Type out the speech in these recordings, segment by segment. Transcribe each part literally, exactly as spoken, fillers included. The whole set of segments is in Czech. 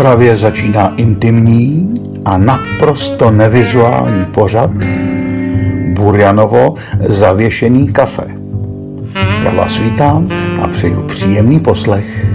Ostravě začíná intimní a naprosto nevizuální pořad Burjanovo zavěšený kafe. Já vás vítám a přeju příjemný poslech.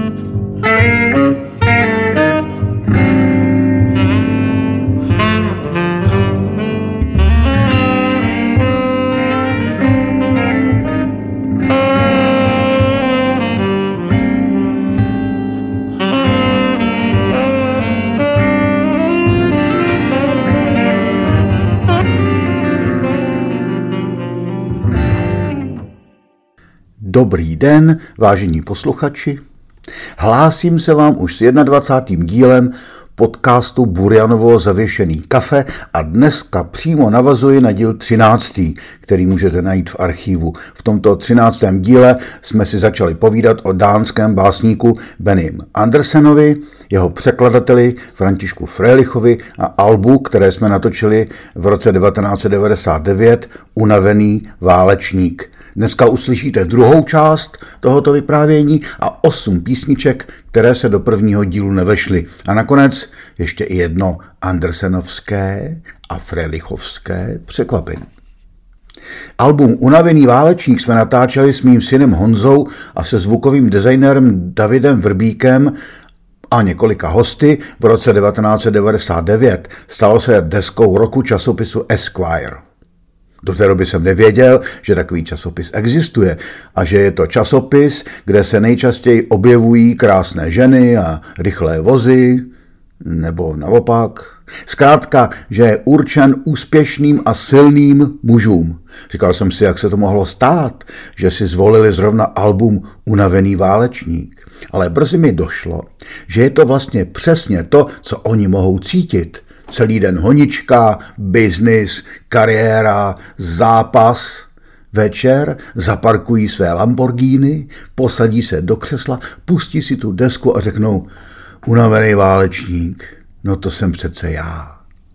Dobrý den, vážení posluchači. Hlásím se vám už s dvacátým prvním dílem podcastu Burjanovo zavěšený kafe a dneska přímo navazuji na díl třináctý, který můžete najít v archivu. V tomto třináctém díle jsme si začali povídat o dánském básníku Bennim Andersenovi, jeho překladateli Františku Frelichovi a albu, které jsme natočili v roce devatenáct set devadesát devět, Unavený válečník. Dneska uslyšíte druhou část tohoto vyprávění a osm písniček, které se do prvního dílu nevešly. A nakonec ještě i jedno andersenovské a frelichovské překvapení. Album Unavený válečník jsme natáčeli s mým synem Honzou a se zvukovým designérem Davidem Vrbíkem a několika hosty v roce devatenáct set devadesát devět. Stalo se deskou roku časopisu Esquire. Do té doby jsem nevěděl, že takový časopis existuje a že je to časopis, kde se nejčastěji objevují krásné ženy a rychlé vozy, nebo naopak. Zkrátka, že je určen úspěšným a silným mužům. Říkal jsem si, jak se to mohlo stát, že si zvolili zrovna album Unavený válečník. Ale brzy mi došlo, že je to vlastně přesně to, co oni mohou cítit. Celý den honička, biznis, kariéra, zápas. Večer zaparkují své Lamborghini, posadí se do křesla, pustí si tu desku a řeknou: Unavený válečník, no to jsem přece já.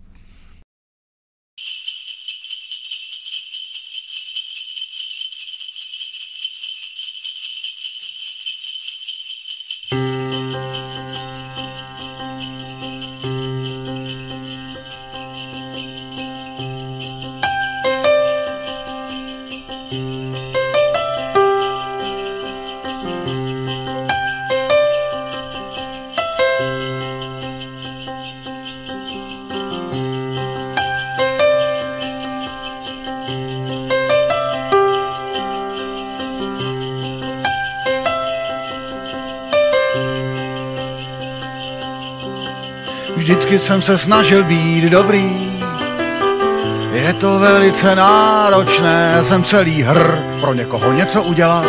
Vždycky jsem se snažil být dobrý, je to velice náročné, jsem celý hr pro někoho něco udělat.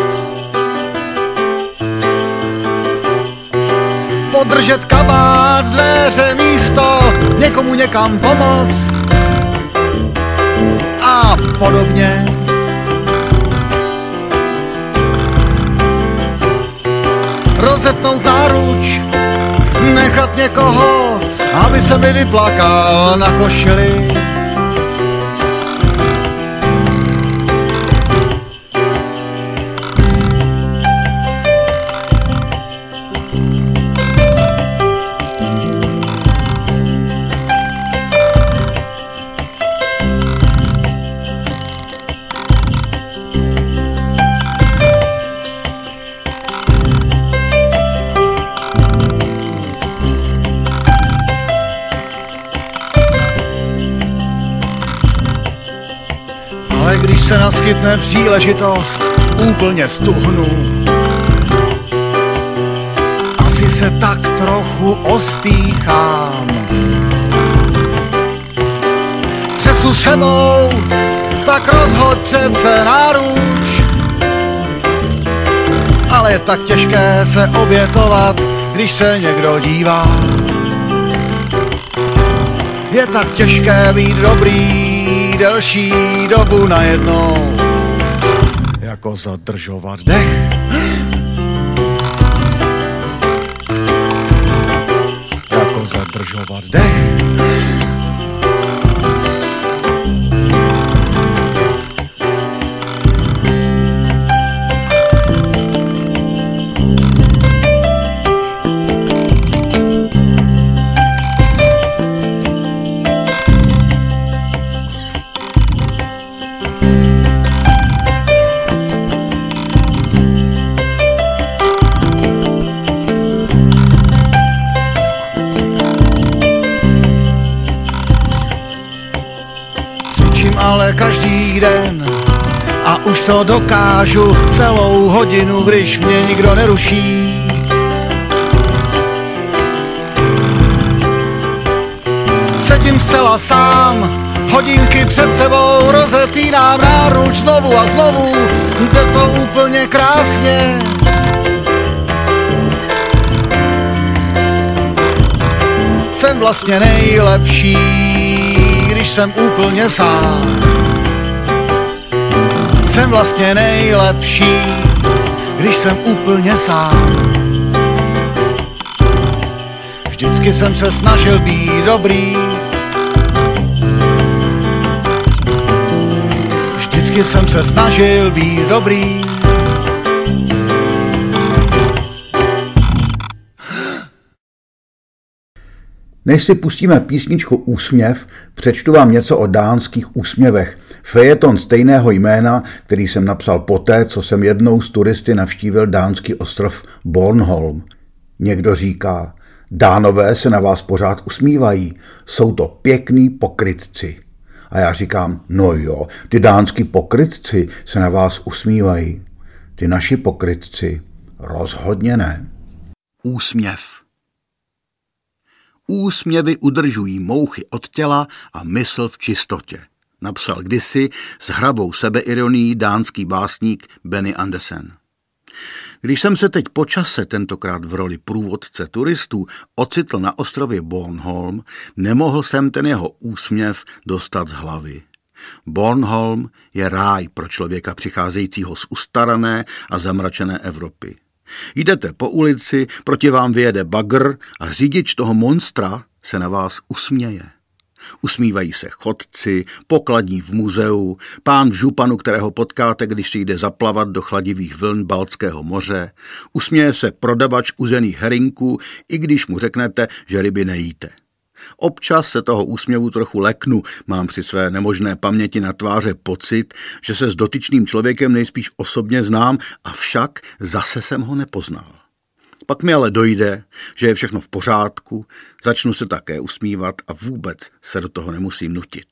Podržet kabát, dveře, místo, někomu někam pomoct a podobně. Rozetnout náruč, nechat někoho, aby se mi vyplakal na košili. Když se naskytne příležitost, úplně stuhnu. Asi se tak trochu ostýchám. Třesu sebou, tak rozhoď přece náruč. Ale je tak těžké se obětovat, když se někdo dívá. Je tak těžké být dobrý delší dobu najednou, jako zadržovat dech. Jako zadržovat dech. už to dokážu celou hodinu, když mě nikdo neruší. Sedím zcela sám, hodinky před sebou, rozepínám náruč znovu a znovu, jde to úplně krásně. Jsem vlastně nejlepší, když jsem úplně sám. Jsem vlastně nejlepší, když jsem úplně sám. Vždycky jsem se snažil být dobrý. Vždycky jsem se snažil být dobrý. Než si pustíme písničku Úsměv, přečtu vám něco o dánských úsměvech. Fejeton stejného jména, který jsem napsal poté, co jsem jednou z turisty navštívil dánský ostrov Bornholm. Někdo říká, Dánové se na vás pořád usmívají, jsou to pěkný pokrytci. A já říkám, no jo, ty dánský pokrytci se na vás usmívají. Ty naši pokrytci rozhodně ne. Úsměv. Úsměvy udržují mouchy od těla a mysl v čistotě. Napsal kdysi s hravou sebeironií dánský básník Benny Andersen. Když jsem se teď po čase, tentokrát v roli průvodce turistů, ocitl na ostrově Bornholm, nemohl jsem ten jeho úsměv dostat z hlavy. Bornholm je ráj pro člověka přicházejícího z ustarané a zamračené Evropy. Jdete po ulici, proti vám vyjede bagr a řidič toho monstra se na vás usměje. Usmívají se chodci, pokladní v muzeu, pán v županu, kterého potkáte, když si jde zaplavat do chladivých vln Baltského moře, usměje se prodavač uzených herinků, i když mu řeknete, že ryby nejíte. Občas se toho úsměvu trochu leknu, mám při své nemožné paměti na tváře pocit, že se s dotyčným člověkem nejspíš osobně znám, avšak zase jsem ho nepoznal. Pak mi ale dojde, že je všechno v pořádku, začnu se také usmívat a vůbec se do toho nemusím nutit.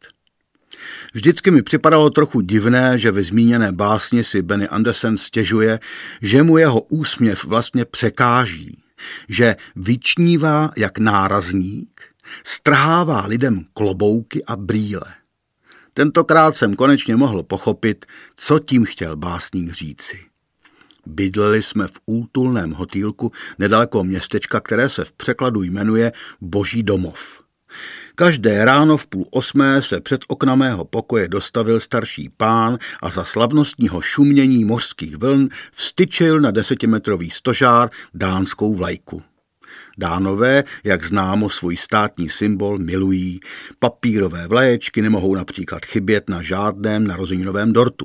Vždycky mi připadalo trochu divné, že ve zmíněné básni si Benny Andersen stěžuje, že mu jeho úsměv vlastně překáží, že vyčnívá jak nárazník, strhává lidem klobouky a brýle. Tentokrát jsem konečně mohl pochopit, co tím chtěl básník říci. Bydleli jsme v útulném hotýlku nedaleko městečka, které se v překladu jmenuje Boží domov. Každé ráno v půl osmé se před okna mého pokoje dostavil starší pán a za slavnostního šumění mořských vln vstyčil na desetimetrový stožár dánskou vlajku. Dánové, jak známo, svůj státní symbol milují. Papírové vlaječky nemohou například chybět na žádném narozeninovém dortu.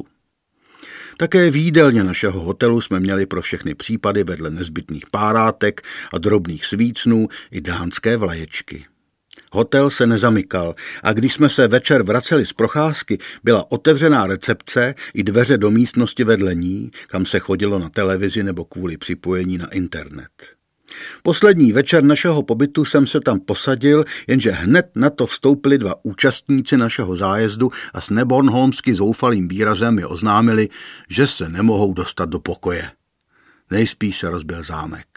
Také v jídelně našeho hotelu jsme měli pro všechny případy vedle nezbytných párátek a drobných svícnů i dánské vlaječky. Hotel se nezamykal a když jsme se večer vraceli z procházky, byla otevřená recepce i dveře do místnosti vedle ní, kam se chodilo na televizi nebo kvůli připojení na internet. Poslední večer našeho pobytu jsem se tam posadil, jenže hned na to vstoupili dva účastníci našeho zájezdu a s nebornholmsky zoufalým výrazem je oznámili, že se nemohou dostat do pokoje. Nejspíš se rozbil zámek.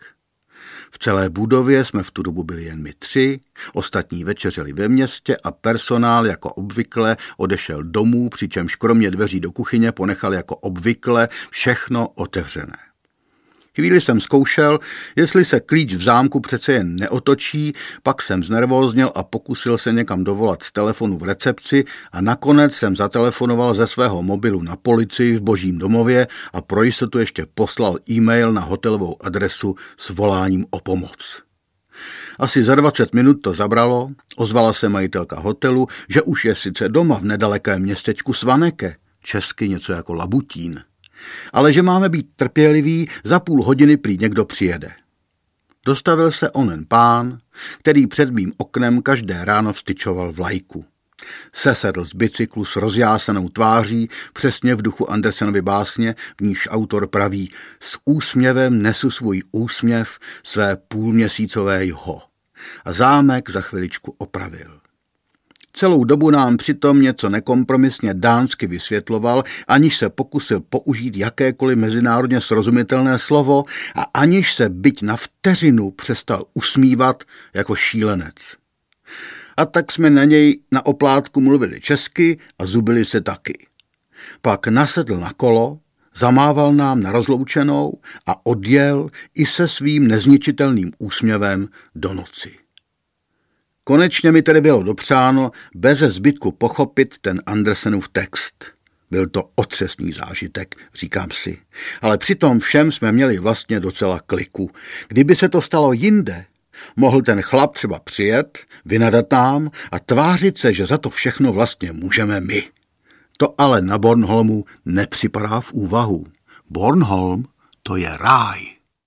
V celé budově jsme v tu dobu byli jen my tři, ostatní večeřeli ve městě a personál jako obvykle odešel domů, přičemž kromě dveří do kuchyně ponechal jako obvykle všechno otevřené. Chvíli jsem zkoušel, jestli se klíč v zámku přece jen neotočí, pak jsem znervózněl a pokusil se někam dovolat z telefonu v recepci a nakonec jsem zatelefonoval ze svého mobilu na policii v Božím domově a pro jistotu ještě poslal e-mail na hotelovou adresu s voláním o pomoc. Asi za dvacet minut to zabralo, ozvala se majitelka hotelu, že už je sice doma v nedalekém městečku Svaneke, česky něco jako Labutín, ale že máme být trpěliví, za půl hodiny prý někdo přijede. Dostavil se onen pán, který před mým oknem každé ráno vstyčoval vlajku. Sesedl z bicyklu s rozjásanou tváří, přesně v duchu Andersenovy básně, v níž autor praví: s úsměvem nesu svůj úsměv, své půlměsícové jho. A zámek za chviličku opravil. Celou dobu nám přitom něco nekompromisně dánsky vysvětloval, aniž se pokusil použít jakékoliv mezinárodně srozumitelné slovo a aniž se byť na vteřinu přestal usmívat jako šílenec. A tak jsme na něj na oplátku mluvili česky a zubili se taky. Pak nasedl na kolo, zamával nám na rozloučenou a odjel i se svým nezničitelným úsměvem do noci. Konečně mi tedy bylo dopřáno beze zbytku pochopit ten Andersenův text. Byl to otřesný zážitek, říkám si. Ale přitom všem jsme měli vlastně docela kliku. Kdyby se to stalo jinde, mohl ten chlap třeba přijet, vynadat nám a tvářit se, že za to všechno vlastně můžeme my. To ale na Bornholmu nepřipadá v úvahu. Bornholm, to je ráj.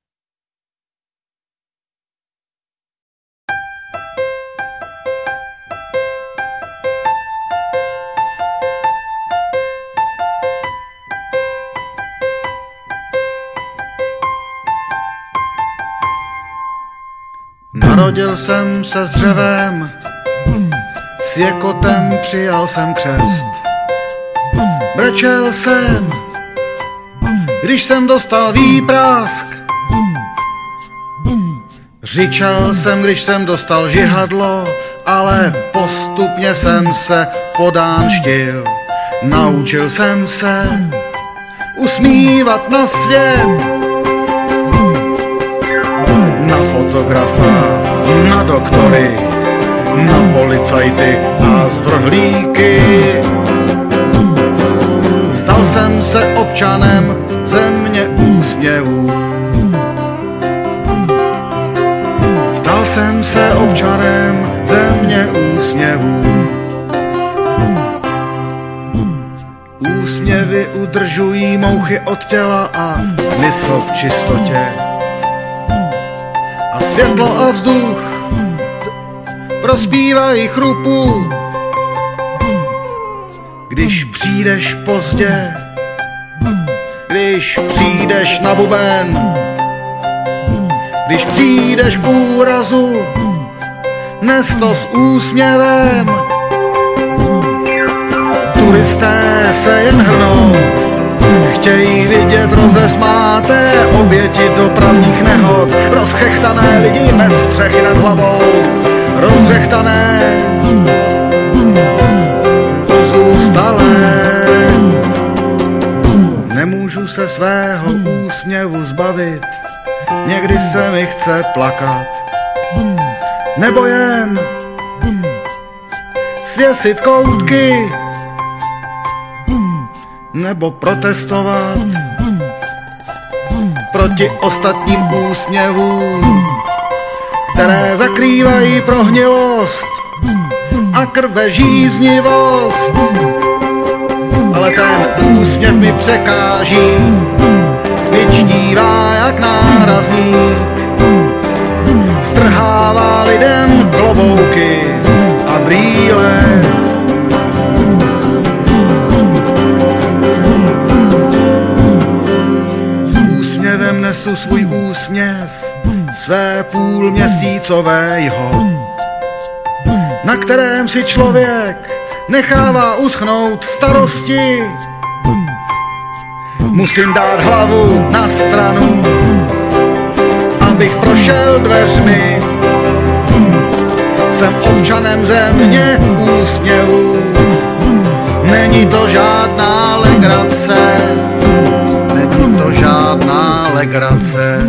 Narodil jsem se s dřevem, s jekotem přijal jsem křest. Brečel jsem, když jsem dostal výprask. Řičel jsem, když jsem dostal žihadlo, ale postupně jsem se podánštil. Naučil jsem se usmívat na svět, na fotografa, na doktory, na policajty a zvrhlíky. Stal jsem se občanem země úsměvů. Stal jsem se občanem země úsměvů. Úsměvy udržují mouchy od těla a mysl v čistotě. A světlo a vzduch prospívají chrupu. Když přijdeš pozdě, když přijdeš na buben, když přijdeš k úrazu, nes to s úsměvem. Turisté se jen hrnou, chtějí vidět rozesmáté oběti dopravních nehod, rozchechtané lidi bez střechy nad hlavou, rozřechtané pozůstalé. Nemůžu se svého úsměvu zbavit, někdy se mi chce plakat, nebo jen svěsit koutky, nebo protestovat proti ostatním úsměvům, které zakrývají prohnilost a krvežíznivost. Ale ten úsměv mi překáží, vyčnívá jak nárazník, strhává lidem klobouky a brýle. S úsměvem nesu svůj úsměv, své půlměsícové jho, na kterém si člověk nechává uschnout starosti. Musím dát hlavu na stranu, abych prošel dveřmi. Jsem občanem země úsměvů, není to žádná legrace, není to žádná legrace.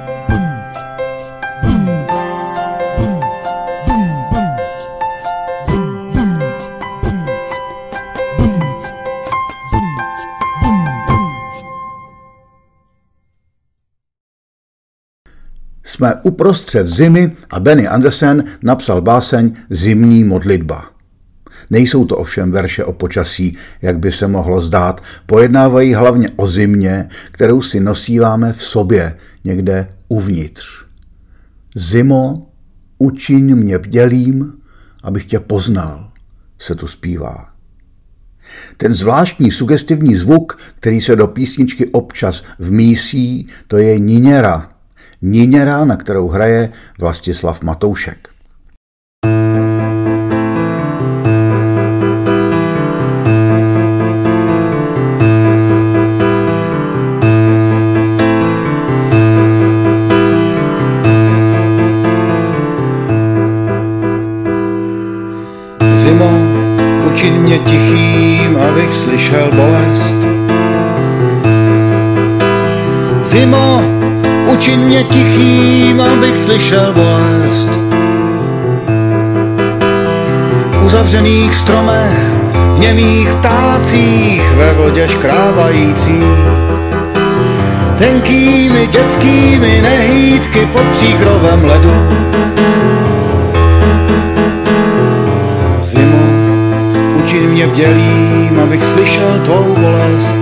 Jsme uprostřed zimy a Benny Andersen napsal báseň Zimní modlitba. Nejsou to ovšem verše o počasí, jak by se mohlo zdát, pojednávají hlavně o zimě, kterou si nosíváme v sobě, někde uvnitř. Zimo, učiň mě bdělým, abych tě poznal, se tu zpívá. Ten zvláštní sugestivní zvuk, který se do písničky občas vmísí, to je niněra. Niněra, na kterou hraje Vlastislav Matoušek. abych slyšel bolest. Zimo, učiň mě tichým, abych slyšel bolest. V uzavřených stromech, v němých ptácích, ve vodě škrábajících, tenkými dětskými nehýtky pod příkrovem ledu. Zimo, učiň mě bdělým, abych slyšel tvou bolest.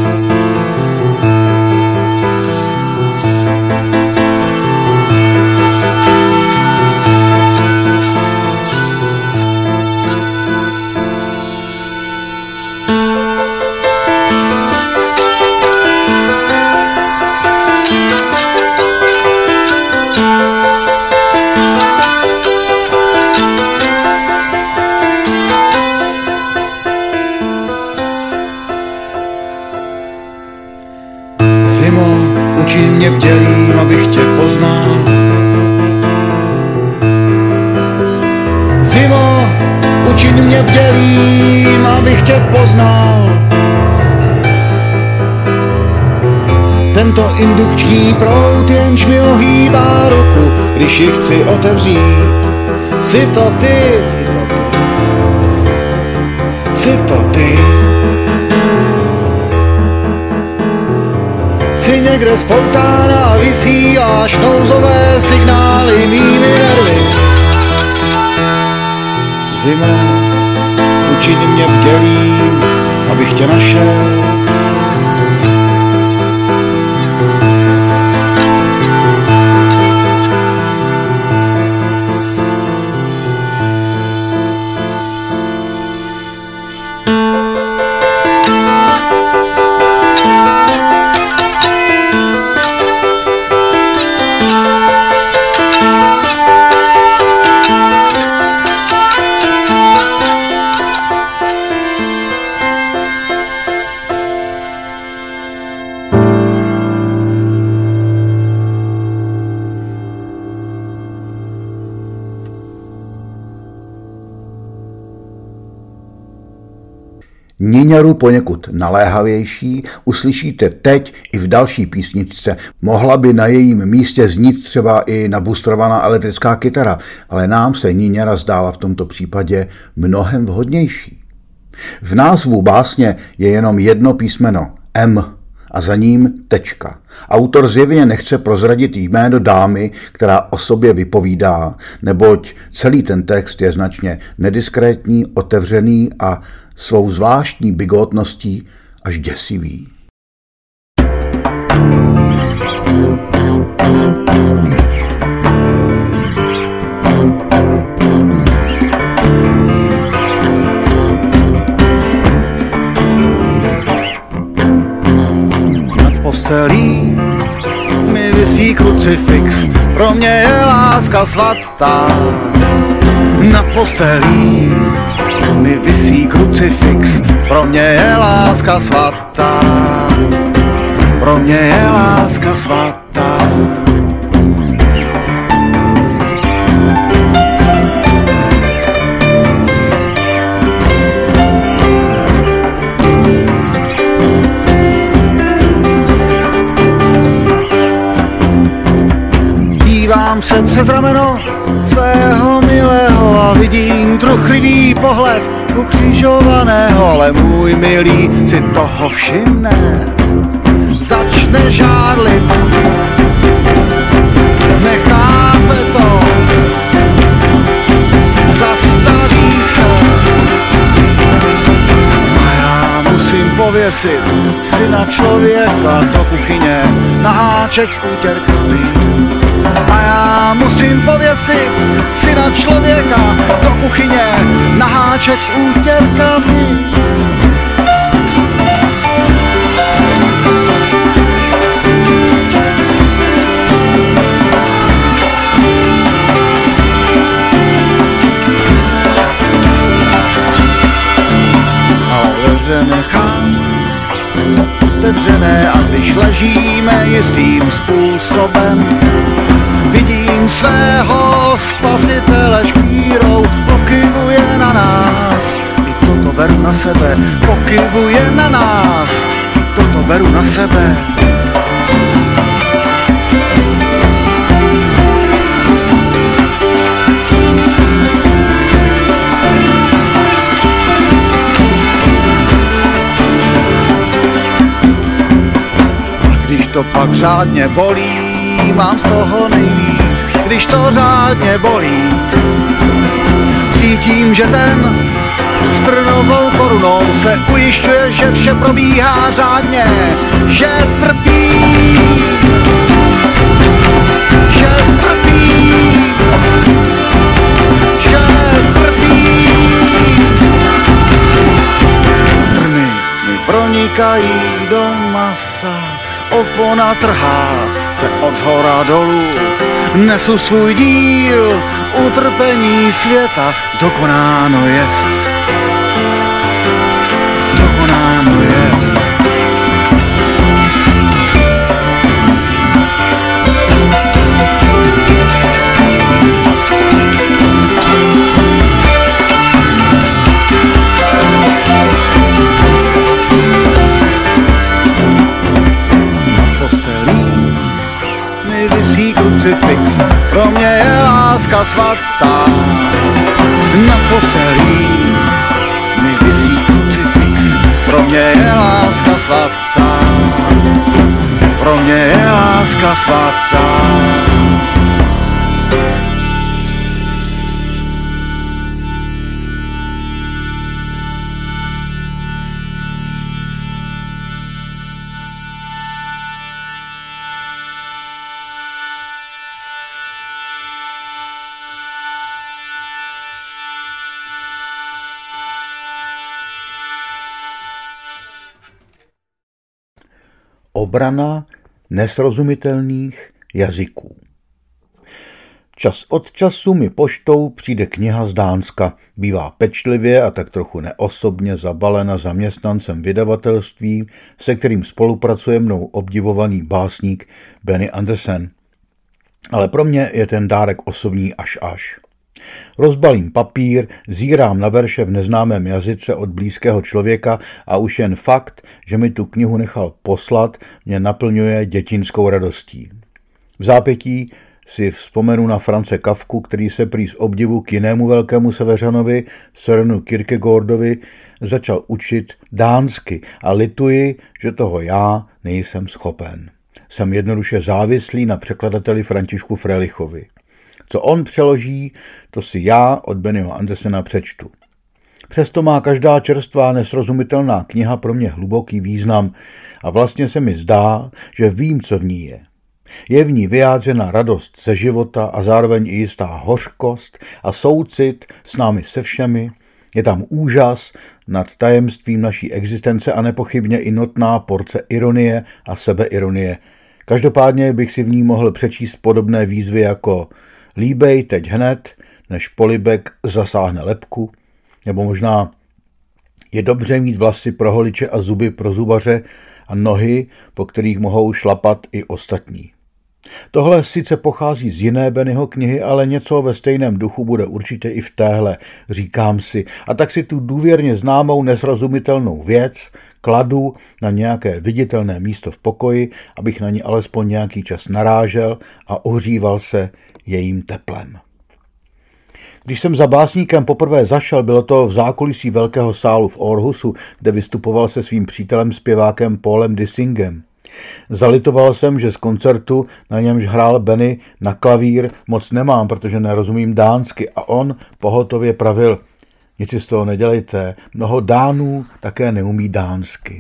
Zimo, učiň mě bdělým, abych tě poznal. Zimo, učiň mě bdělým, abych tě poznal. Tento indukční proud jenž mi ohýbá ruku, když ji chci otevřít. Jsi to ty, jsi to ty, jsi to ty. Jsi někde spoutána a vysíláš nouzové signály mými nervy. Zimo, učiň mě bdělým, abych tě našel. Niňaru poněkud naléhavější uslyšíte teď i v další písničce. Mohla by na jejím místě znít třeba i nabustrovaná elektrická kytara, ale nám se Niňara zdála v tomto případě mnohem vhodnější. V názvu básně je jenom jedno písmeno M a za ním tečka. Autor zjevně nechce prozradit jméno dámy, která o sobě vypovídá, neboť celý ten text je značně nediskrétní, otevřený a svou zvláštní bigotností až děsivý. Nad postelí mi visí krucifix, pro mě je láska svatá. Nad postelí mi visí krucifix, pro mě je láska svatá. Pro mě je láska svatá. Dívám se přes rameno svého milého a vidím truchlivý pohled ukřižovaného, ale můj milý si toho všimne, začne žádlit, nechápe to, zastaví se a já musím pověsit syna člověka do kuchyně na háček s útěrkami. A já musím pověsit syna člověka do kuchyně na háček s útěrkami. Ale dveře nechám otevřené a když ležíme jistým způsobem, vidím svého spasitele škýrou, pokyvuje na nás. I toto beru na sebe, pokyvuje na nás, i toto beru na sebe. Když to pak řádně bolí, mám z toho nejvíc, když to řádně bolí. Cítím, že ten s trnovou korunou se ujišťuje, že vše probíhá řádně, že trpí, že trpí, že trpí. Trny mi pronikají do masa, opona trhá se od hora dolů. Nesu svůj díl, utrpení světa, dokonáno jest. Dokonáno jest. Krucifix, pro mě je láska svatá. Na postelí mi visí krucifix, pro mě je láska svatá. Pro mě je láska svatá. Obrana nesrozumitelných jazyků. Čas od času mi poštou přijde kniha z Dánska. Bývá pečlivě a tak trochu neosobně zabalena zaměstnancem vydavatelství, se kterým spolupracuje mnou obdivovaný básník Benny Andersen. Ale pro mě je ten dárek osobní až až. Rozbalím papír, zírám na verše v neznámém jazyce od blízkého člověka a už jen fakt, že mi tu knihu nechal poslat, mě naplňuje dětinskou radostí. V zápětí si vzpomenu na France Kafku, který se prý z obdivu k jinému velkému Severanovi, Sørenu Kierkegaardovi, začal učit dánsky a lituji, že toho já nejsem schopen. Jsem jednoduše závislý na překladateli Františku Frelichovi. Co on přeloží, to si já od Bennyho Andersena přečtu. Přesto má každá čerstvá nesrozumitelná kniha pro mě hluboký význam a vlastně se mi zdá, že vím, co v ní je. Je v ní vyjádřena radost ze života a zároveň i jistá hořkost a soucit s námi se všemi. Je tam úžas nad tajemstvím naší existence a nepochybně i notná porce ironie a sebeironie. Každopádně bych si v ní mohl přečíst podobné výzvy jako líbej teď hned, než polibek zasáhne lebku, nebo možná je dobře mít vlasy pro holiče a zuby pro zubaře a nohy, po kterých mohou šlapat i ostatní. Tohle sice pochází z jiné Bennyho knihy, ale něco ve stejném duchu bude určitě i v téhle, říkám si, a tak si tu důvěrně známou nesrozumitelnou věc kladu na nějaké viditelné místo v pokoji, abych na ní alespoň nějaký čas narážel a ohříval se jejím teplem. Když jsem za básníkem poprvé zašel, bylo to v zákulisí velkého sálu v Aarhusu, kde vystupoval se svým přítelem zpěvákem Paulem Dissingem. Zalitoval jsem, že z koncertu, na němž hrál Benny na klavír, moc nemám, protože nerozumím dánsky, a on pohotově pravil: nic si z toho nedělejte, mnoho Dánů také neumí dánsky.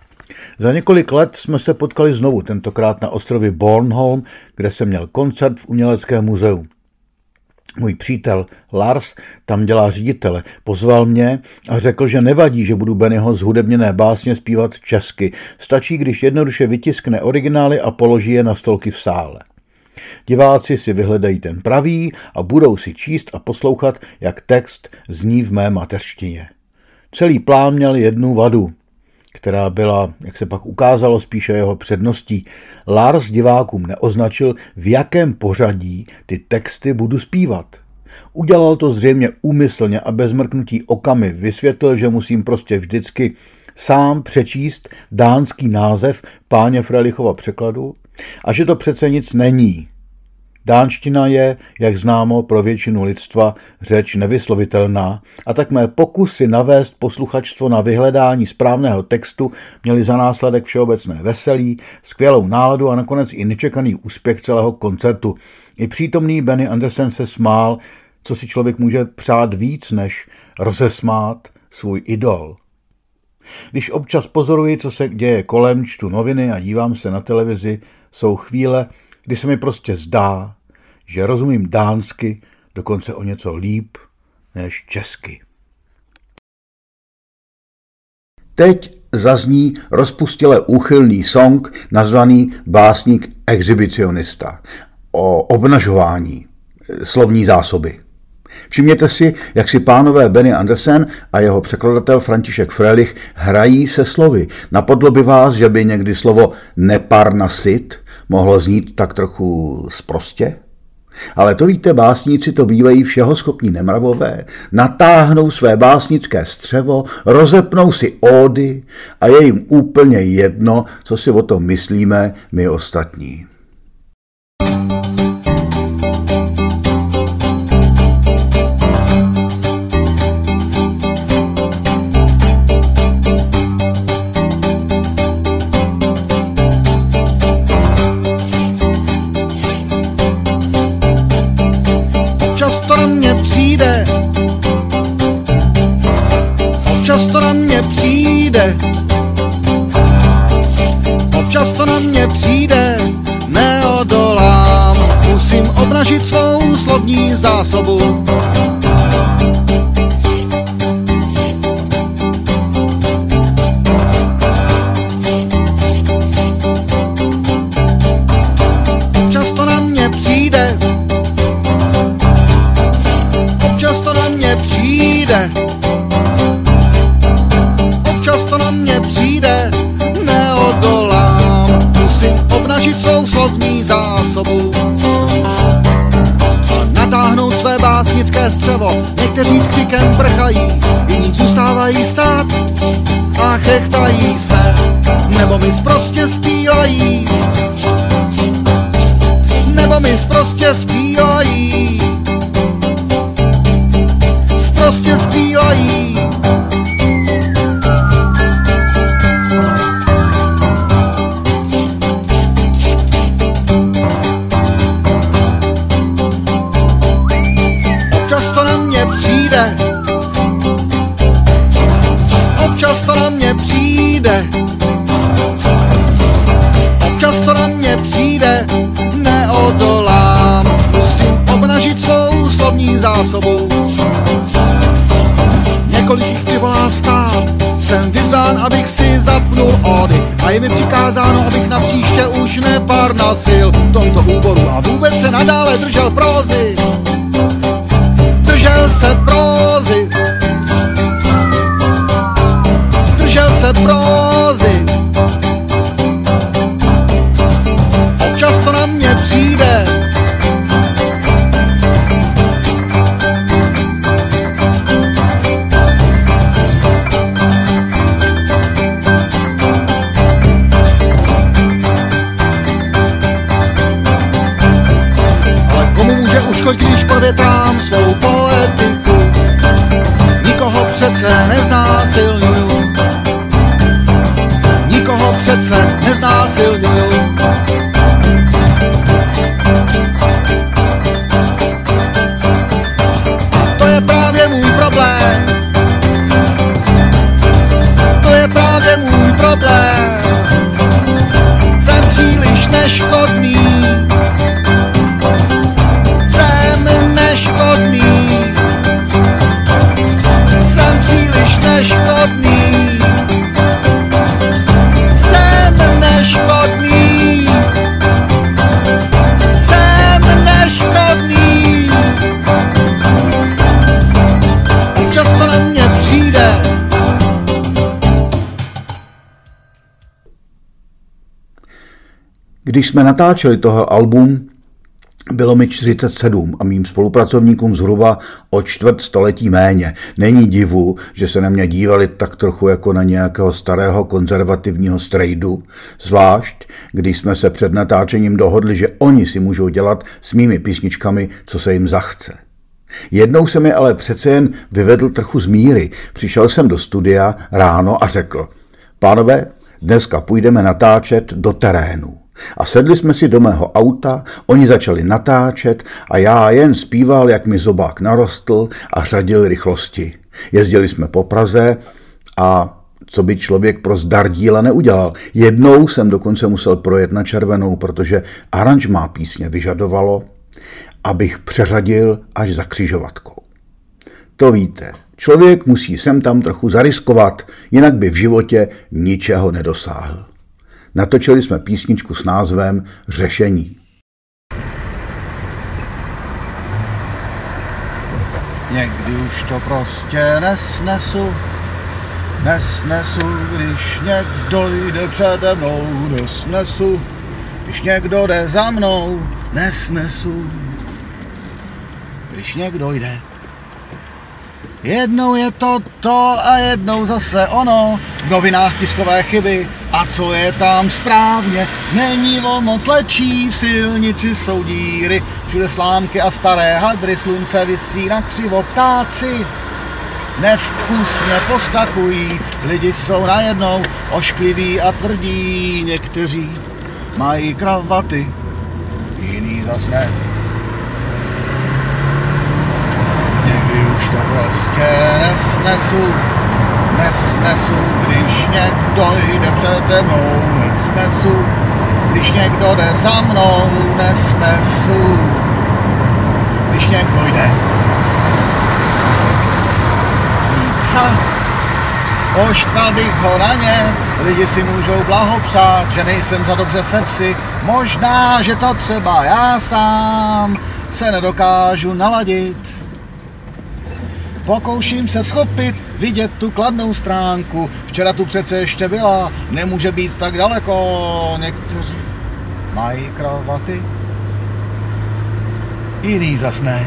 Za několik let jsme se potkali znovu, tentokrát na ostrově Bornholm, kde jsem měl koncert v Uměleckém muzeu. Můj přítel Lars tam dělá ředitele, pozval mě a řekl, že nevadí, že budu Bennyho zhudebněné básně zpívat česky. Stačí, když jednoduše vytiskne originály a položí je na stolky v sále. Diváci si vyhledají ten pravý a budou si číst a poslouchat, jak text zní v mé mateřštině. Celý plán měl jednu vadu, která byla, jak se pak ukázalo, spíše jeho předností. Lars divákům neoznačil, v jakém pořadí ty texty budu zpívat. Udělal to zřejmě úmyslně a bez mrknutí oka mi vysvětlil, že musím prostě vždycky sám přečíst dánský název páně Frelichova překladu a že to přece nic není. Dánština je, jak známo, pro většinu lidstva řeč nevyslovitelná a tak mé pokusy navést posluchačstvo na vyhledání správného textu měly za následek všeobecné veselí, skvělou náladu a nakonec i nečekaný úspěch celého koncertu. I přítomný Benny Andersson se smál, co si člověk může přát víc, než rozesmát svůj idol. Když občas pozoruji, co se děje kolem, čtu noviny a dívám se na televizi, jsou chvíle, kdy se mi prostě zdá, že rozumím dánsky dokonce o něco líp než česky. Teď zazní rozpustile úchylný song nazvaný Básník exhibicionista o obnažování slovní zásoby. Všimněte si, jak si pánové Benny Andersson a jeho překladatel František Frelich hrají se slovy. Napadlo by vás, že by někdy slovo neparnasit mohlo znít tak trochu sprostě? Ale to víte, básníci to bývají všeho schopní nemravové, natáhnou své básnické střevo, rozepnou si ódy a je jim úplně jedno, co si o tom myslíme my ostatní. Občas to na mě přijde, občas to na mě přijde, občas to na mě přijde, neodolám, musím obnažit svou slovní zásobu. Občas to na mě přijde, občas to na mě přijde, občas to na mě přijde, neodolám, musím obnažit svou slovní zásobu. Natáhnout své básnické střevo, někteří s křikem prchají, jiní zůstávají stát a chechtají se, nebo mi sprostě zpívají, nebo mi sprostě zpívají. Prostě zpívají. Občas to na mě přijde, občas to na mě přijde, občas to na mě přijde, neodolám, musím obnažit svou slovní zásobu. Několik jich přivolá stát, jsem vyzván, abych si zapnul ódy a je mi přikázáno, abych na příště už neparnasil v tomto úboru a vůbec se nadále držel prózy. Držel se prózy, držel se prózy. Občas to na mě přijde, když provětrám svou poetiku, nikoho přece neznásilňuju, nikoho přece neznásilňuju. A to je právě můj problém, to je právě můj problém, jsem příliš neškodný, neškodný, jsem příliš neškodný, jsem neškodný, jsem neškodný. Občas to na mě přijde. Když jsme natáčeli tohle album, Bylo mi čtyřicet sedm a mým spolupracovníkům zhruba o čtvrt století méně. Není divu, že se na mě dívali tak trochu jako na nějakého starého konzervativního strejdu, zvlášť když jsme se před natáčením dohodli, že oni si můžou dělat s mými písničkami, co se jim zachce. Jednou se mi ale přece jen vyvedl trochu z míry. Přišel jsem do studia ráno a řekl: pánové, dneska půjdeme natáčet do terénu. A sedli jsme si do mého auta, oni začali natáčet a já jen zpíval, jak mi zobák narostl a řadil rychlosti. Jezdili jsme po Praze a co by člověk pro zdar díla neudělal. Jednou jsem dokonce musel projet na červenou, protože aranžmá písně vyžadovalo, abych přeřadil až za křižovatkou. To víte, člověk musí sem tam trochu zariskovat, jinak by v životě ničeho nedosáhl. Natočili jsme písničku s názvem Řešení. Někdy už to prostě nesnesu, nesnesu, když někdo jde přede mnou, nesnesu, když někdo jde za mnou, nesnesu, když někdo jde. Jednou je to to a jednou zase ono, v novinách tiskové chyby a co je tam správně, není o moc lepší, v silnici jsou díry, všude slámky a staré hadry, slunce visí na křivo, ptáci nevkusně poskakují, lidi jsou najednou oškliví a tvrdí, někteří mají kravaty, jiný zas ne. Už to prostě nesnesu, nesnesu, když někdo jde přede mnou, nesnesu, když někdo jde za mnou, nesnesu, když někdo jde. Psa, oštval bych ho na ně, lidi si můžou blahopřát, že nejsem za dobře se psy, možná, že to třeba já sám se nedokážu naladit. Pokouším se schopit, vidět tu kladnou stránku. Včera tu přece ještě byla, nemůže být tak daleko. Někteří mají kravaty, jiný zas ne.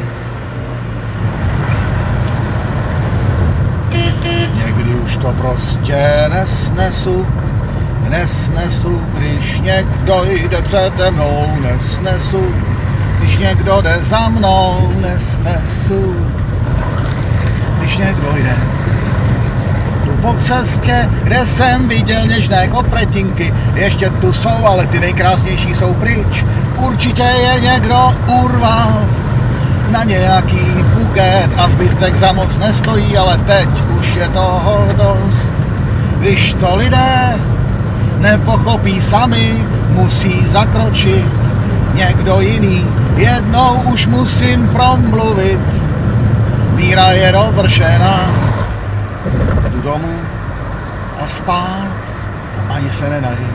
Někdy už to prostě nesnesu, nesnesu, když někdo jde přede mnou, nesnesu, když někdo jde za mnou, nesnesu. Když někdo jde. Jdu po cestě, kde jsem viděl něžné kopretinky. Ještě tu jsou, ale ty nejkrásnější jsou pryč. Určitě je někdo urval na nějaký buket a zbytek za moc nestojí, ale teď už je toho dost. Když to lidé nepochopí sami, musí zakročit někdo jiný. Jednou už musím promluvit. Míra je dovršená, jdu domů a spát, ani se nenajím.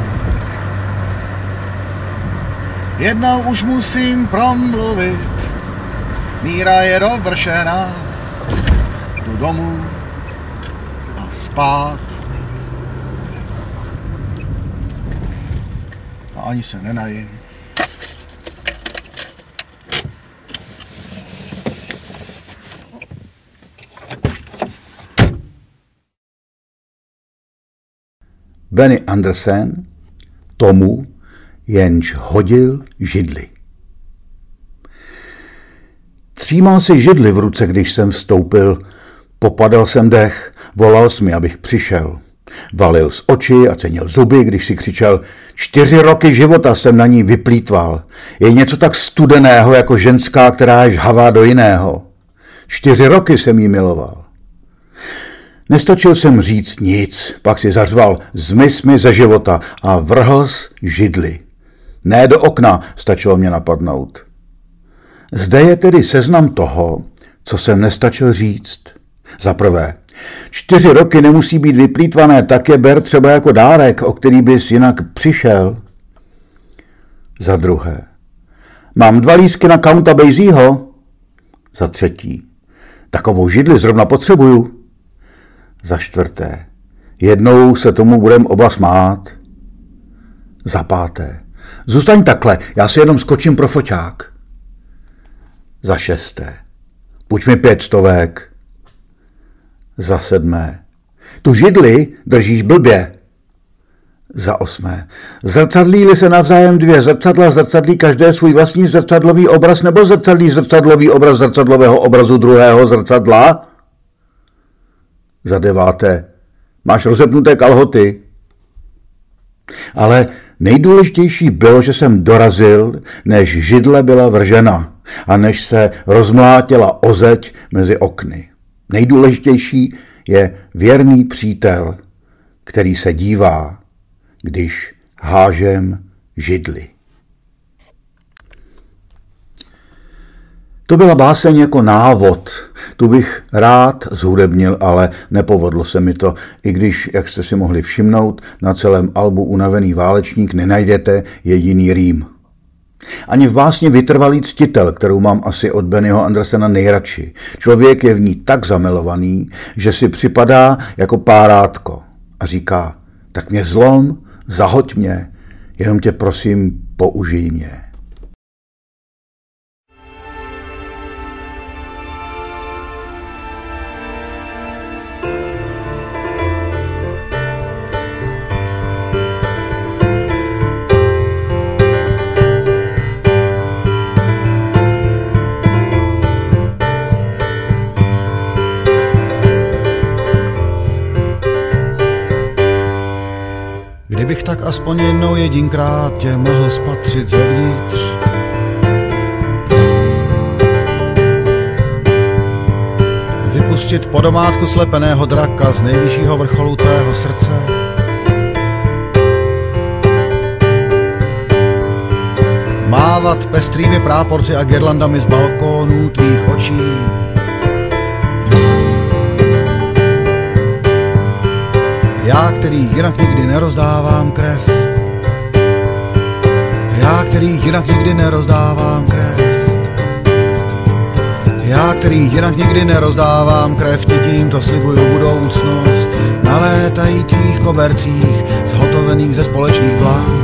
Jednou už musím promluvit, míra je dovršená, jdu domů a spát, a ani se nenajím. Benny Andersen, tomu, jenž hodil židli. Třímal si židli v ruce, když jsem vstoupil, popadal jsem dech, volal jsi mi, abych přišel. Valil z očí a cenil zuby, když si křičel, čtyři roky života jsem na ní vyplýtval. Je něco tak studeného, jako ženská, která je žhavá do jiného. Čtyři roky jsem jí miloval. Nestačil jsem říct nic, pak si zařval, zmiz mi ze života a vrhl z židli. Ne do okna, stačilo mě napadnout. Zde je tedy seznam toho, co jsem nestačil říct. Za prvé, čtyři roky nemusí být vyplýtvané, tak je ber třeba jako dárek, o který bys jinak přišel. Za druhé, mám dva lístky na Counta Basieho. Za třetí, takovou židli zrovna potřebuju. Za čtvrté, jednou se tomu budem oba smát. Za páté, zůstaň takhle, já si jenom skočím pro foťák. Za šesté. Půjč mi pět stovek. Za sedmé. Tu židli držíš blbě. Za osmé. Zrcadlí-li se navzájem dvě zrcadla, zrcadlí každé svůj vlastní zrcadlový obraz, nebo zrcadlí zrcadlový obraz zrcadlového obrazu druhého zrcadla? Za deváté. Máš rozepnuté kalhoty. Ale nejdůležitější bylo, že jsem dorazil, než židle byla vržena a než se rozmlátila o zeď mezi okny. Nejdůležitější je věrný přítel, který se dívá, když hážem židli. To byla báseň jako návod. Tu bych rád zhudebnil, ale nepovedlo se mi to, i když, jak jste si mohli všimnout, na celém albu Unavený válečník nenajdete jediný rým. Ani v básni Vytrvalý ctitel, kterou mám asi od Bennyho Andersena nejradši. Člověk je v ní tak zamilovaný, že si připadá jako párátko a říká, tak mě zlom, zahoď mě, jenom tě prosím, použij mě. Kdybych tak aspoň jednou jedinkrát tě mohl spatřit zevnitř. Vypustit po domátku slepeného draka z nejvyššího vrcholu tvého srdce. Mávat pestrými práporci a girlandami z balkónů tvých očí. Já, který jinak nikdy nerozdávám krev. Já, který jinak nikdy nerozdávám krev. Já, který jinak nikdy nerozdávám krev, ti tímto slibuju budoucnost na létajících kobercích, zhotovených ze společných vlán.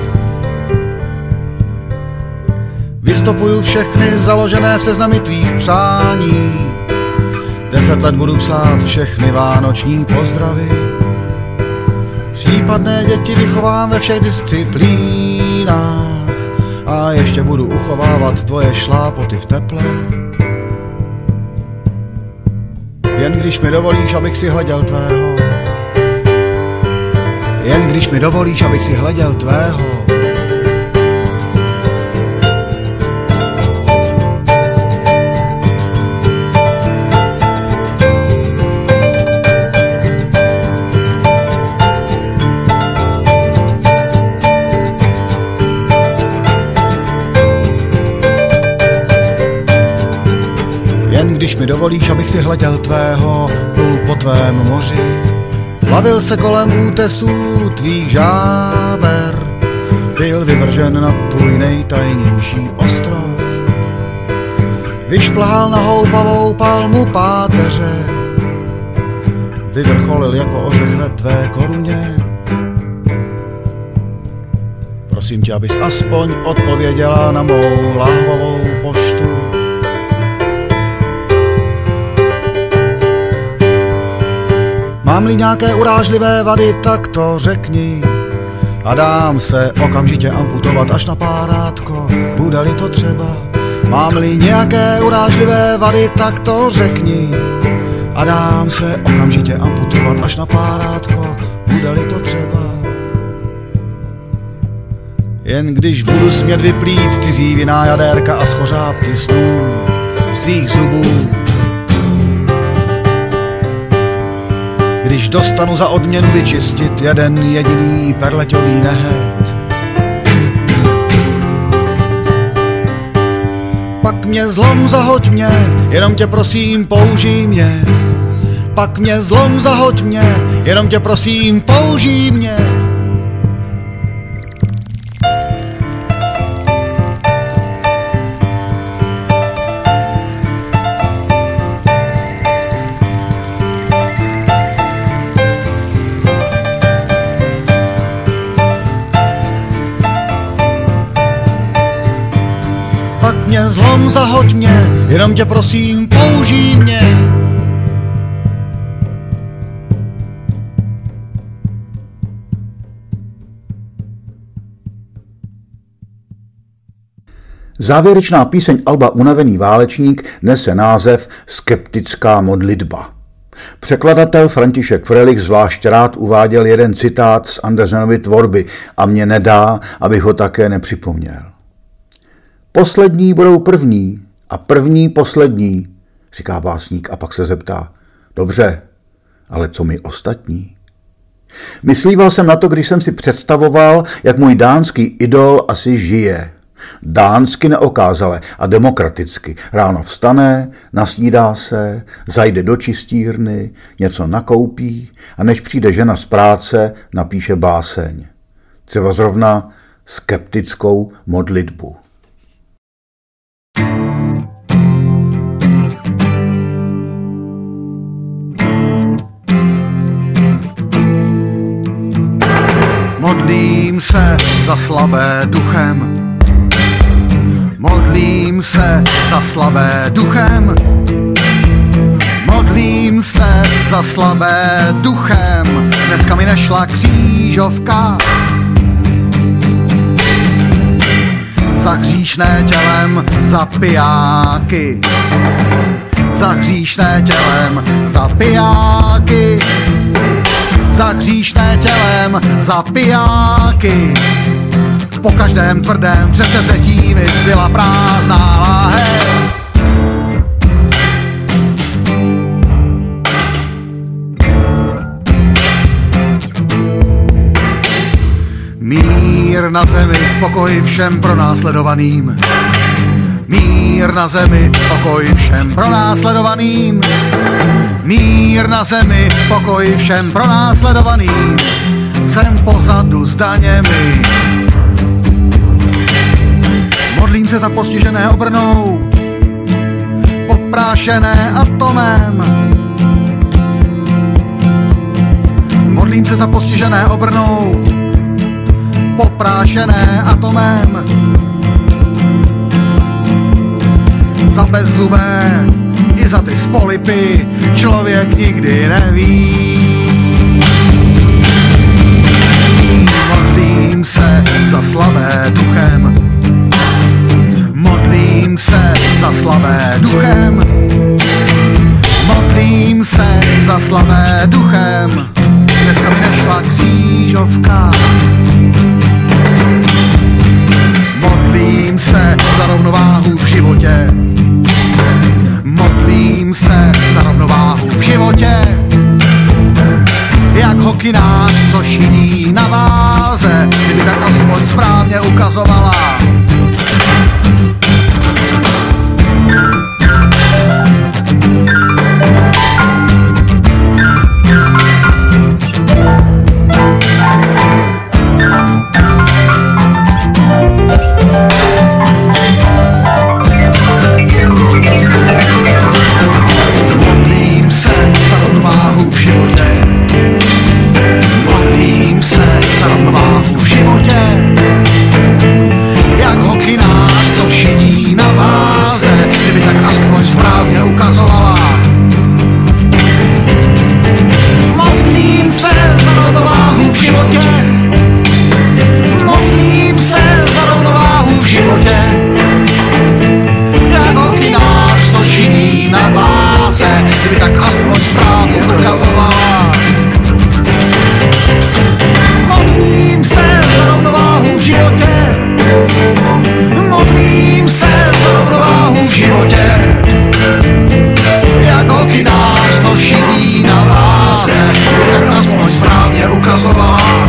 Vystopuju všechny založené seznamy tvých přání. Deset let budu psát všechny vánoční pozdravy. Případné děti vychovám ve všech disciplínách a ještě budu uchovávat tvoje šlápoty v teple. Jen když mi dovolíš, abych si hleděl tvého. Jen když mi dovolíš, abych si hleděl tvého. Když mi dovolíš, abych si hleděl tvého, plul po tvém moři, plavil se kolem útesů tvých žáber, byl vyvržen na tvůj nejtajnější ostrov, vyšplhal na houpavou palmu páteře, vyvrcholil jako ořech ve tvé koruně. Prosím tě, abys aspoň odpověděla na mou láhvovou poštu. Mám-li nějaké urážlivé vady, tak to řekni a dám se okamžitě amputovat až na párátko, bude-li to třeba. Mám-li nějaké urážlivé vady, tak to řekni a dám se okamžitě amputovat až na párátko, bude-li to třeba. Jen když budu smět vyplít cizí vinná jadérka a skořápky snů z tvých zubů, když dostanu za odměnu vyčistit jeden jediný perleťový nehet. Pak mě zlom, zahoď mě, jenom tě prosím, použij mě. Pak mě zlom, zahoď mě, jenom tě prosím, použij mě. Jenom zahoď mě, jenom tě prosím, použij mě. Závěrečná píseň alba Unavený válečník nese název Skeptická modlitba. Překladatel František Frelich zvlášť rád uváděl jeden citát z Andersenovy tvorby a mě nedá, abych ho také nepřipomněl. Poslední budou první a první poslední, říká básník a pak se zeptá. Dobře, ale co my ostatní? Myslíval jsem na to, když jsem si představoval, jak můj dánský idol asi žije. Dánsky neokázale a demokraticky. Ráno vstane, nasnídá se, zajde do čistírny, něco nakoupí a než přijde žena z práce, napíše báseň. Třeba zrovna skeptickou modlitbu. Modlím se za slabé duchem. Modlím se za slabé duchem. Modlím se za slabé duchem. Dneska mi nešla křížovka. Za hříšné tělem, za pijáky. Za hříšné tělem, za pijáky. Za hříšné tělem, za pijáky. Po každém tvrdém předsevzetí mi zbyla prázdná láhev. Mír na zemi, pokoj všem pronásledovaným. Mír na zemi, pokoj všem pronásledovaným. Mír na zemi, pokoj všem pronásledovaným. Jsem pozadu s daněmi. Modlím se za postižené obrnou, poprášené atomem. Modlím se za postižené obrnou, poprášené atomem. Za bezzubé i za ty spolipy člověk nikdy neví. Modlím se za slabé duchem. Modlím se za slabé duchem. Modlím se za slabé duchem. Dneska mi nešla křížovka. Modlím se za rovnováhu v životě. Modlím se za rovnováhu v životě. Jak hokinář, co šidí na váze, kdyby tak aspoň správně ukazovala. Modlím se za rovnováhu v životě. Modlím se za rovnováhu v životě. Jak hokinář, co šidí na váze, kdyby tak aspoň správně ukazovala. Modlím se za rovnováhu v životě. Modlím se za rovnováhu v životě. Jak hokinář, co šidí na váze, kdyby tak aspoň správně ukazovala. Modlím se za rovnováhu v životě. Modlím se za rovnováhu v životě. Jak hokinář, co šidí na váze, tak aspoň správně ukazovala.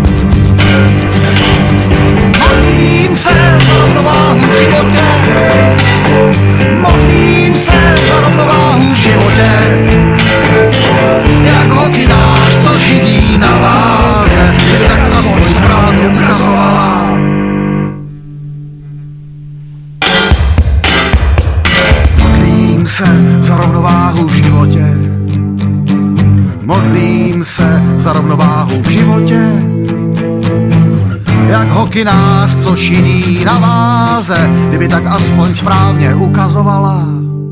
Modlím se za rovnováhu v životě. Modlím se za rovnováhu v životě. Jak hokinář, co šidí na váze, tak aspoň správně ukazovala. Modlím se za rovnováhu v životě. Modlím se za rovnováhu v životě. Jak hokinář, co šidí na váze, kdyby tak aspoň správně ukazovala.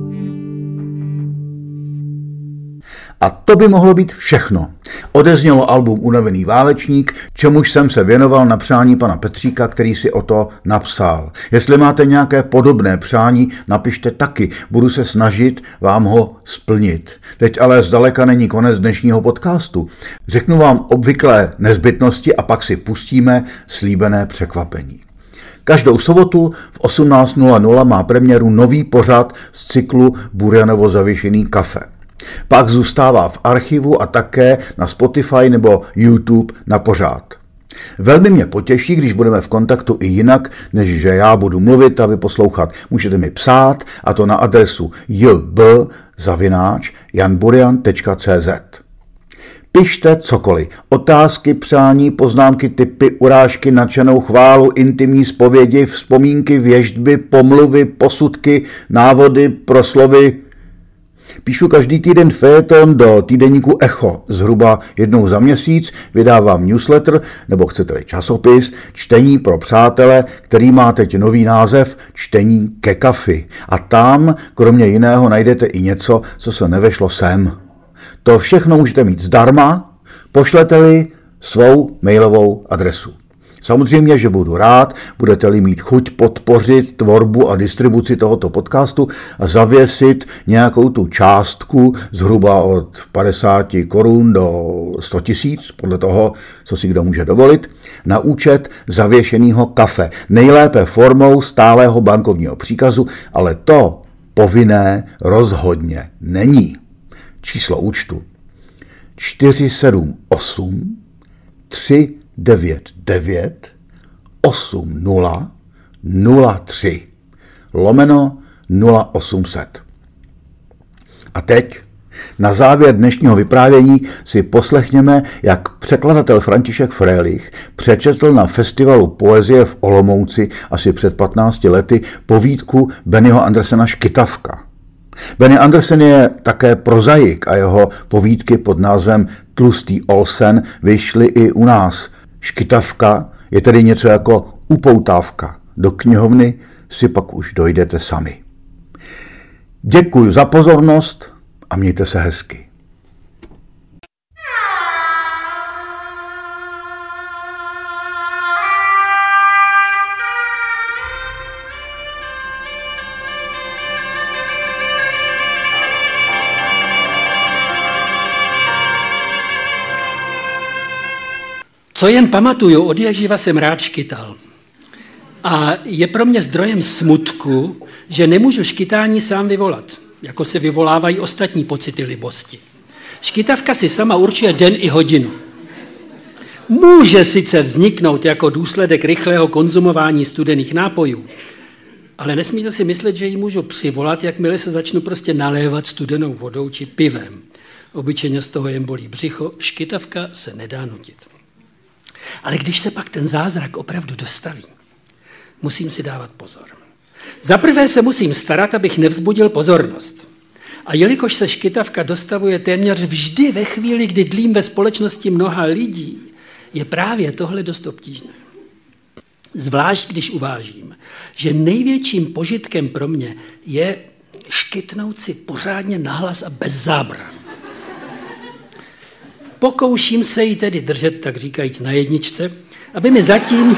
A to by mohlo být všechno. Odeznělo album Unavený válečník, čemuž jsem se věnoval na přání pana Petříka, který si o to napsal. Jestli máte nějaké podobné přání, napište taky, budu se snažit vám ho splnit. Teď ale zdaleka není konec dnešního podcastu. Řeknu vám obvyklé nezbytnosti a pak si pustíme slíbené překvapení. Každou sobotu v osmnáct nula nula má premiéru nový pořad z cyklu Burjanovo zavěšený kafe. Pak zůstává v archivu a také na Spotify nebo YouTube na pořád. Velmi mě potěší, když budeme v kontaktu i jinak, než že já budu mluvit a vy poslouchat. Můžete mi psát, a to na adresu j b zavináč jan burian tečka c z. Pište cokoliv. Otázky, přání, poznámky, tipy, urážky, nadšenou chválu, intimní zpovědi, vzpomínky, věštby, pomluvy, posudky, návody, proslovy. Píšu každý týden fejeton do týdeníku Echo. Zhruba jednou za měsíc vydávám newsletter, nebo chcete-li časopis, čtení pro přátele, který má teď nový název Čtení ke kafi. A tam, kromě jiného, najdete i něco, co se nevešlo sem. To všechno můžete mít zdarma, pošlete-li svou mailovou adresu. Samozřejmě, že budu rád, budete-li mít chuť podpořit tvorbu a distribuci tohoto podcastu a zavěsit nějakou tu částku zhruba od padesát korun do sto tisíc, podle toho, co si kdo může dovolit, na účet zavěšeného kafe. Nejlépe formou stálého bankovního příkazu, ale to povinné rozhodně není. Číslo účtu čtyři sedm osm tři devět devět osm nula nula tři lomeno nula osm set. A teď na závěr dnešního vyprávění si poslechněme, jak překladatel František Frélich přečetl na festivalu poezie v Olomouci asi před patnácti lety povídku Bennyho Andersena Škytavka. Benny Andersen je také prozaik a jeho povídky pod názvem Tlustý Olsen vyšly i u nás. Škytavka je tedy něco jako upoutávka. Do knihovny si pak už dojdete sami. Děkuji za pozornost a mějte se hezky. Co jen pamatuju, od jakživa jsem rád škytal. A je pro mě zdrojem smutku, že nemůžu škytání sám vyvolat, jako se vyvolávají ostatní pocity libosti. Škytavka si sama určuje den i hodinu. Může sice vzniknout jako důsledek rychlého konzumování studených nápojů, ale nesmíte si myslet, že ji můžu přivolat, jakmile se začnu prostě nalévat studenou vodou či pivem. Obyčejně z toho jen bolí břicho, škytavka se nedá nutit. Ale když se pak ten zázrak opravdu dostaví, musím si dávat pozor. Za prvé se musím starat, abych nevzbudil pozornost. A jelikož se škytavka dostavuje téměř vždy ve chvíli, kdy dlím ve společnosti mnoha lidí, je právě tohle dost obtížné. Zvlášť když uvážím, že největším požitkem pro mě je škytnout si pořádně nahlas a bez zábran. Pokouším se ji tedy držet, tak říkajíc, na jedničce, aby mi zatím,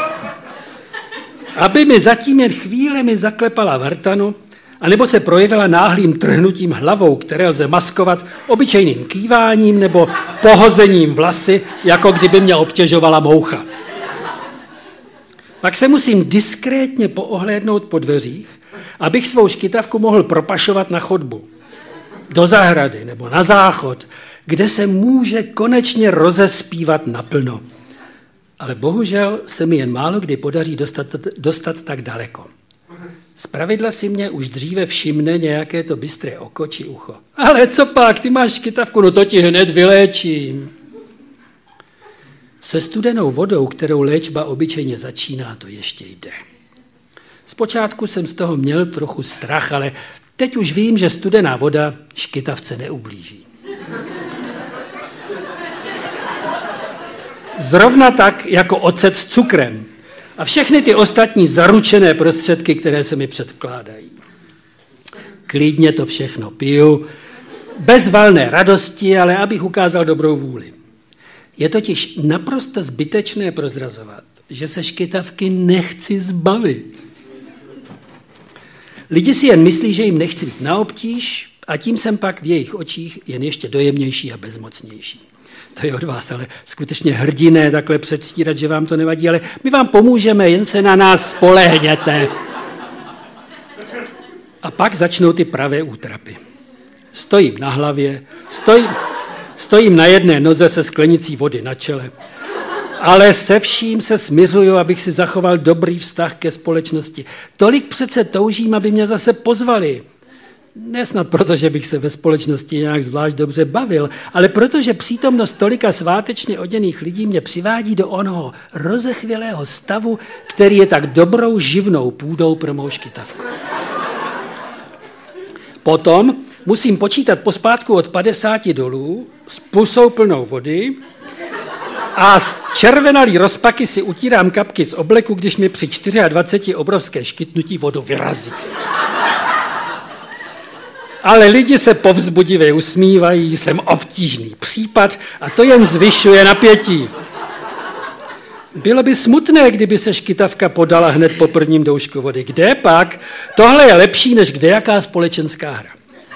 aby mi zatím jen chvílemi zaklepala vartanu, anebo se projevila náhlým trhnutím hlavou, které lze maskovat obyčejným kýváním nebo pohozením vlasy, jako kdyby mě obtěžovala moucha. Pak se musím diskrétně poohlédnout po dveřích, abych svou škytavku mohl propašovat na chodbu, do zahrady nebo na záchod, kde se může konečně rozespívat naplno. Ale bohužel se mi jen málo kdy podaří dostat, dostat tak daleko. Zpravidla si mě už dříve všimne nějaké to bystré oko či ucho. Ale co pak, ty máš škytavku, no to ti hned vyléčím. Se studenou vodou, kterou léčba obyčejně začíná, to ještě jde. Zpočátku jsem z toho měl trochu strach, ale teď už vím, že studená voda škytavce neublíží. Zrovna tak jako ocet s cukrem. a všechny ty ostatní zaručené prostředky, které se mi předkládají. Klidně to všechno piju, bez valné radosti, ale abych ukázal dobrou vůli. Je totiž naprosto zbytečné prozrazovat, že se škytavky nechci zbavit. Lidi si jen myslí, že jim nechci být na obtíž a tím jsem pak v jejich očích jen ještě dojemnější a bezmocnější. To je od vás, ale skutečně hrdiné takhle předstírat, že vám to nevadí, ale my vám pomůžeme, jen se na nás spolehněte. A pak začnou ty pravé útrapy. Stojím na hlavě, stojím, stojím na jedné noze se sklenicí vody na čele, ale se vším se smiřuju, abych si zachoval dobrý vztah ke společnosti. Tolik přece toužím, aby mě zase pozvali. Nesnad proto, že bych se ve společnosti nějak zvlášť dobře bavil, ale protože přítomnost tolika svátečně oděných lidí mě přivádí do onoho rozechvělého stavu, který je tak dobrou živnou půdou pro mou škytavku. Potom musím počítat pospátku od padesáti dolů s pusou plnou vody a z červenalý rozpaky si utírám kapky z obleku, když mi při dvaceti čtyřech obrovské škytnutí vodu vyrazí. Ale lidi se povzbudivě usmívají, jsem obtížný případ a to jen zvyšuje napětí. Bylo by smutné, kdyby se škytavka podala hned po prvním doušku vody. Kde pak? Tohle je lepší než kdejaká společenská hra.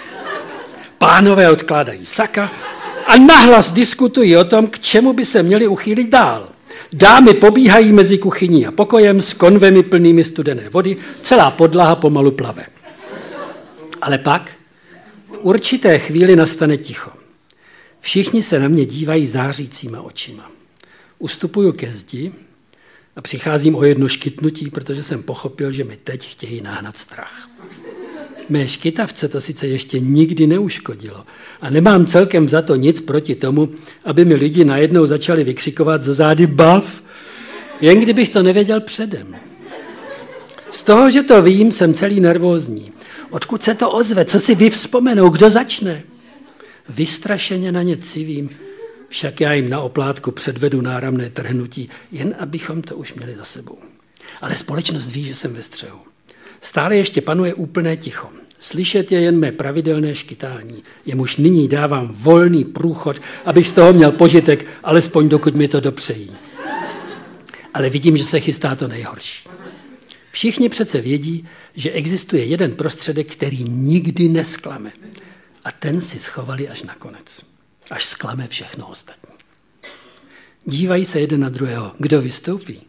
Pánové odkládají saka a nahlas diskutují o tom, k čemu by se měli uchýlit dál. Dámy pobíhají mezi kuchyní a pokojem s konvemi plnými studené vody, celá podlaha pomalu plave. Ale pak v určité chvíli nastane ticho. Všichni se na mě dívají zářícíma očima. Ustupuju ke zdi a přicházím o jedno škytnutí, protože jsem pochopil, že mi teď chtějí nahnat strach. Mé škytavce to sice ještě nikdy neuškodilo a nemám celkem za to nic proti tomu, aby mi lidi najednou začali vykřikovat za zády bav, jen kdybych to nevěděl předem. Z toho, že to vím, jsem celý nervózní. Odkud se to ozve? Co si vyvzpomenou? Kdo začne? Vystrašeně na ně civím, však já jim na oplátku předvedu náramné trhnutí, jen abychom to už měli za sebou. Ale společnost ví, že jsem ve střehu. Stále ještě panuje úplné ticho. Slyšet je jen mé pravidelné škytání. Jemuž nyní dávám volný průchod, abych z toho měl požitek, alespoň dokud mi to dopřejí. Ale vidím, že se chystá to nejhorší. Všichni přece vědí, že existuje jeden prostředek, který nikdy nesklame. A ten si schovali až nakonec. Až zklame všechno ostatní. Dívají se jeden na druhého, kdo vystoupí.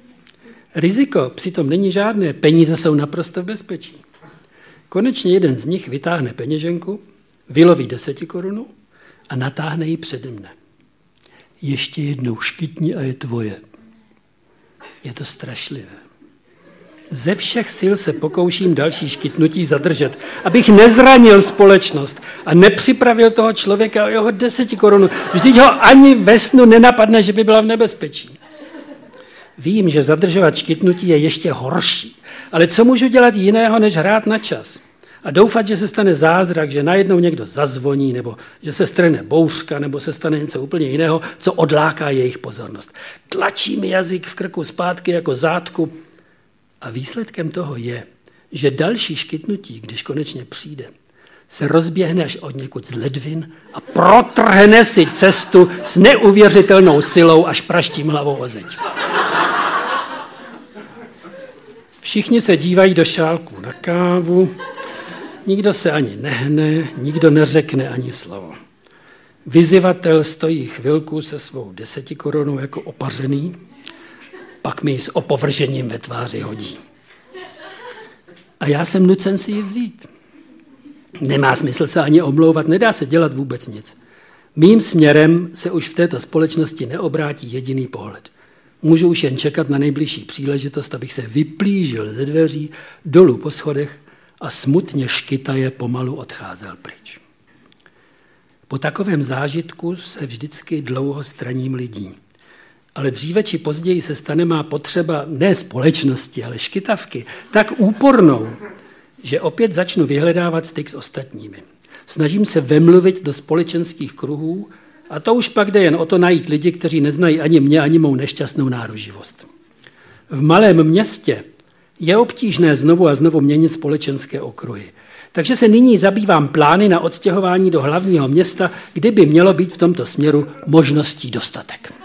Riziko přitom není žádné, peníze jsou naprosto v bezpečí. Konečně jeden z nich vytáhne peněženku, vyloví deseti korunu a natáhne ji přede mne. Ještě jednou škytni a je tvoje. Je to strašlivé. Ze všech sil se pokouším další škytnutí zadržet, abych nezranil společnost a nepřipravil toho člověka o jeho deseti korunu. Vždyť ho ani ve snu nenapadne, že by byla v nebezpečí. Vím, že zadržovat škytnutí je ještě horší, ale co můžu dělat jiného, než hrát na čas? A doufat, že se stane zázrak, že najednou někdo zazvoní, nebo že se strhne bouřka, nebo se stane něco úplně jiného, co odláká jejich pozornost. Tlačí mi jazyk v krku zpátky jako zátku a výsledkem toho je, že další škytnutí, když konečně přijde, se rozběhne až od někud z ledvin a protrhne si cestu s neuvěřitelnou silou, až praštím hlavou o zeď. Všichni se dívají do šálků na kávu, nikdo se ani nehne, nikdo neřekne ani slovo. Vyzývatel stojí chvilku se svou deseti korunou jako opařený, pak mi ji s opovržením ve tváři hodí. A já jsem nucen si ji vzít. Nemá smysl se ani omlouvat, nedá se dělat vůbec nic. Mým směrem se už v této společnosti neobrátí jediný pohled. Můžu už jen čekat na nejbližší příležitost, abych se vyplížil ze dveří, dolů po schodech a smutně škytaje pomalu odcházel pryč. Po takovém zážitku se vždycky dlouho straním lidí. Ale dříve či později se stane má potřeba ne společnosti, ale škytavky, tak úpornou, že opět začnu vyhledávat styk s ostatními. Snažím se vemluvit do společenských kruhů a to už pak jde jen o to najít lidi, kteří neznají ani mě, ani mou nešťastnou náruživost. V malém městě je obtížné znovu a znovu měnit společenské okruhy. Takže se nyní zabývám plány na odstěhování do hlavního města, kde by mělo být v tomto směru možností dostatek.